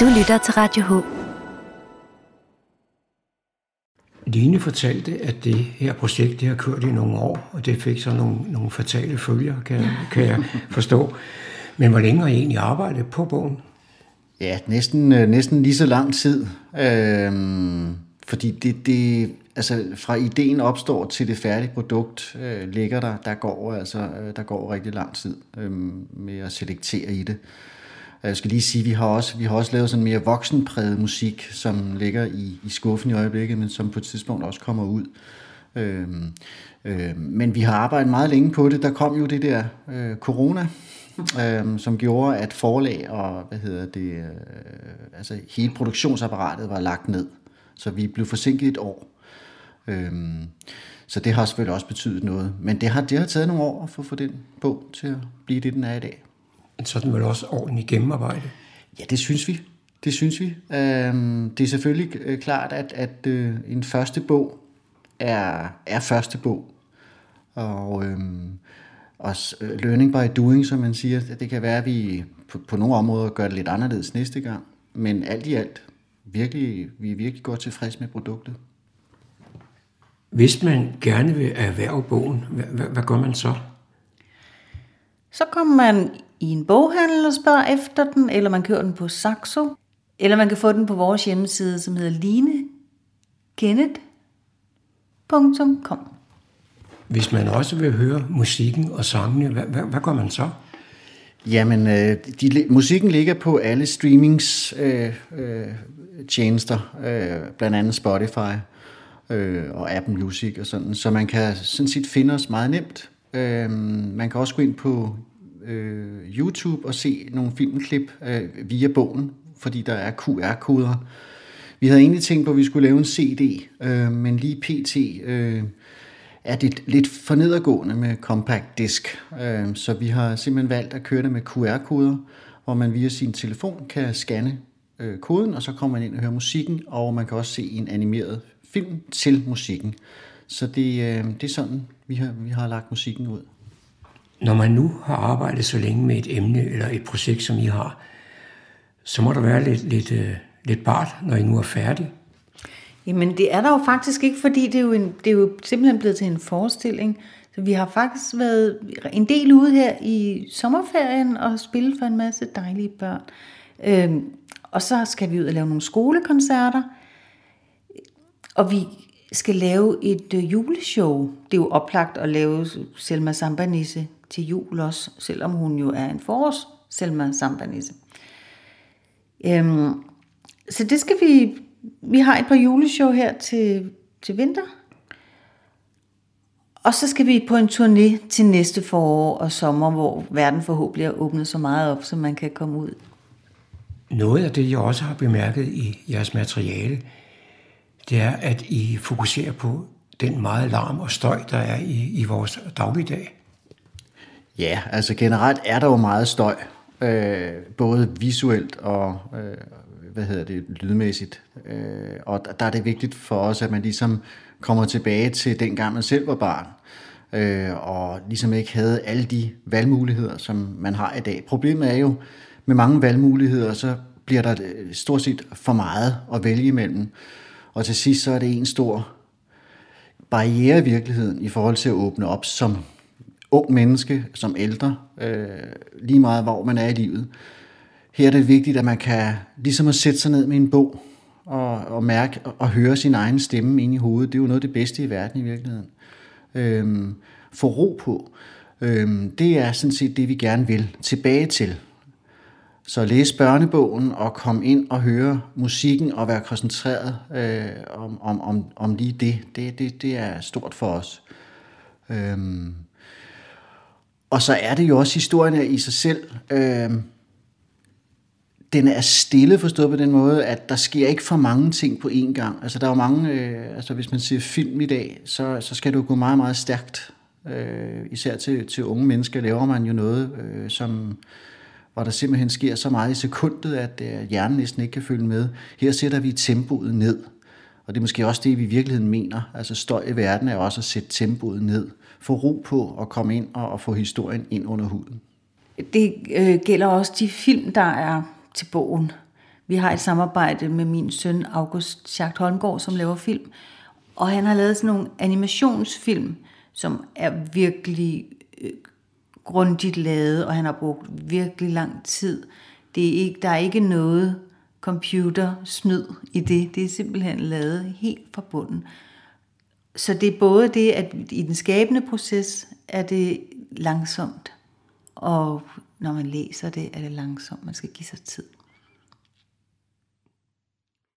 Du lytter til Radio H. Line fortalte, at det her projekt det har kørt i nogle år, og det fik så nogle fatale følger, kan jeg forstå. Men hvor længe har I egentlig arbejdet på bogen? Ja, næsten lige så lang tid. Fordi det altså fra ideen opstår til det færdige produkt ligger der går rigtig lang tid med at selektere i det. Jeg skal lige sige, at vi har også lavet sådan mere voksenpræget musik, som ligger i skuffen i øjeblikket, men som på et tidspunkt også kommer ud. Men vi har arbejdet meget længe på det. Der kom jo det der corona, som gjorde, at forlag og altså hele produktionsapparatet var lagt ned. Så vi blev forsinket et år. Så det har selvfølgelig også betydet noget. Men det har taget nogle år at få den bog til at blive det, den er i dag. Så er den vel også ordentligt gennemarbejdet? Ja, det synes vi. Det er selvfølgelig klart, at en første bog er første bog. Og learning by doing, som man siger, det kan være, at vi på nogle områder gør det lidt anderledes næste gang. Men alt i alt, vi er virkelig godt tilfreds med produktet. Hvis man gerne vil erhverve bogen, hvad gør man så? Så kommer man i en boghandel og spørger efter den, eller man kører den på Saxo, eller man kan få den på vores hjemmeside, som hedder linekenneth.com. Hvis man også vil høre musikken og sangene, hvad gør man så? Jamen, musikken ligger på alle streamingstjenester, blandt andet Spotify og Apple Music og sådan, så man kan sådan set finde os meget nemt. Man kan også gå ind på YouTube og se nogle filmklip via bogen, fordi der er QR-koder. Vi havde egentlig tænkt på, at vi skulle lave en CD, men lige pt. Er det lidt for nedadgående med compact disk. Så vi har simpelthen valgt at køre det med QR-koder, hvor man via sin telefon kan scanne koden, og så kommer man ind og hører musikken, og man kan også se en animeret film til musikken. Så det er sådan, vi har lagt musikken ud. Når man nu har arbejdet så længe med et emne eller et projekt, som I har, så må der være lidt bart, når I nu er færdige. Jamen det er der jo faktisk ikke, fordi det er jo simpelthen blevet til en forestilling. Så vi har faktisk været en del ude her i sommerferien og spille for en masse dejlige børn. Og så skal vi ud og lave nogle skolekoncerter. Og vi skal lave et juleshow. Det er jo oplagt at lave Selma Sambanisse til jul også, selvom hun jo er en forårs Selma Sambanisse. Så det skal vi har et par juleshow her til vinter. Og så skal vi på en turné til næste forår og sommer, hvor verden forhåbentlig er åbnet så meget op, så man kan komme ud. Noget af det, jeg også har bemærket i jeres materiale, det er, at I fokuserer på den meget larm og støj, der er i vores dagligdag. Ja, altså generelt er der jo meget støj, både visuelt og lydmæssigt. Og der er det vigtigt for os, at man ligesom kommer tilbage til dengang man selv var barn, og ligesom ikke havde alle de valgmuligheder, som man har i dag. Problemet er jo, med mange valgmuligheder, så bliver der stort set for meget at vælge imellem. Og til sidst så er det en stor barriere i virkeligheden i forhold til at åbne op som ung menneske, som ældre, lige meget hvor man er i livet. Her er det vigtigt, at man kan ligesom at sætte sig ned med en bog og mærke og høre sin egen stemme ind i hovedet. Det er jo noget af det bedste i verden i virkeligheden. Få ro på. Det er sådan set det, vi gerne vil tilbage til. Så læs børnebogen og kom ind og høre musikken og være koncentreret om lige det er stort for os. Og så er det jo også historien i sig selv. Den er stille forstået på den måde, at der sker ikke for mange ting på én gang. Altså der er jo mange, hvis man ser film i dag, så skal det jo gå meget, meget stærkt. Især til unge mennesker laver man jo noget, hvor der simpelthen sker så meget i sekundet, at hjernen næsten ikke kan følge med. Her sætter vi tempoet ned, og det er måske også det, vi i virkeligheden mener. Altså støj i verden er også at sætte tempoet ned. Få ro på og komme ind og få historien ind under huden. Det gælder også de film, der er til bogen. Vi har et samarbejde med min søn August Schacht Holmgaard, som laver film. Og han har lavet sådan nogle animationsfilm, som er virkelig grundigt lavet, og han har brugt virkelig lang tid. Der er ikke noget computersnyd i det. Det er simpelthen lavet helt fra bunden. Så det er både det, at i den skabende proces er det langsomt, og når man læser det, er det langsomt. Man skal give sig tid.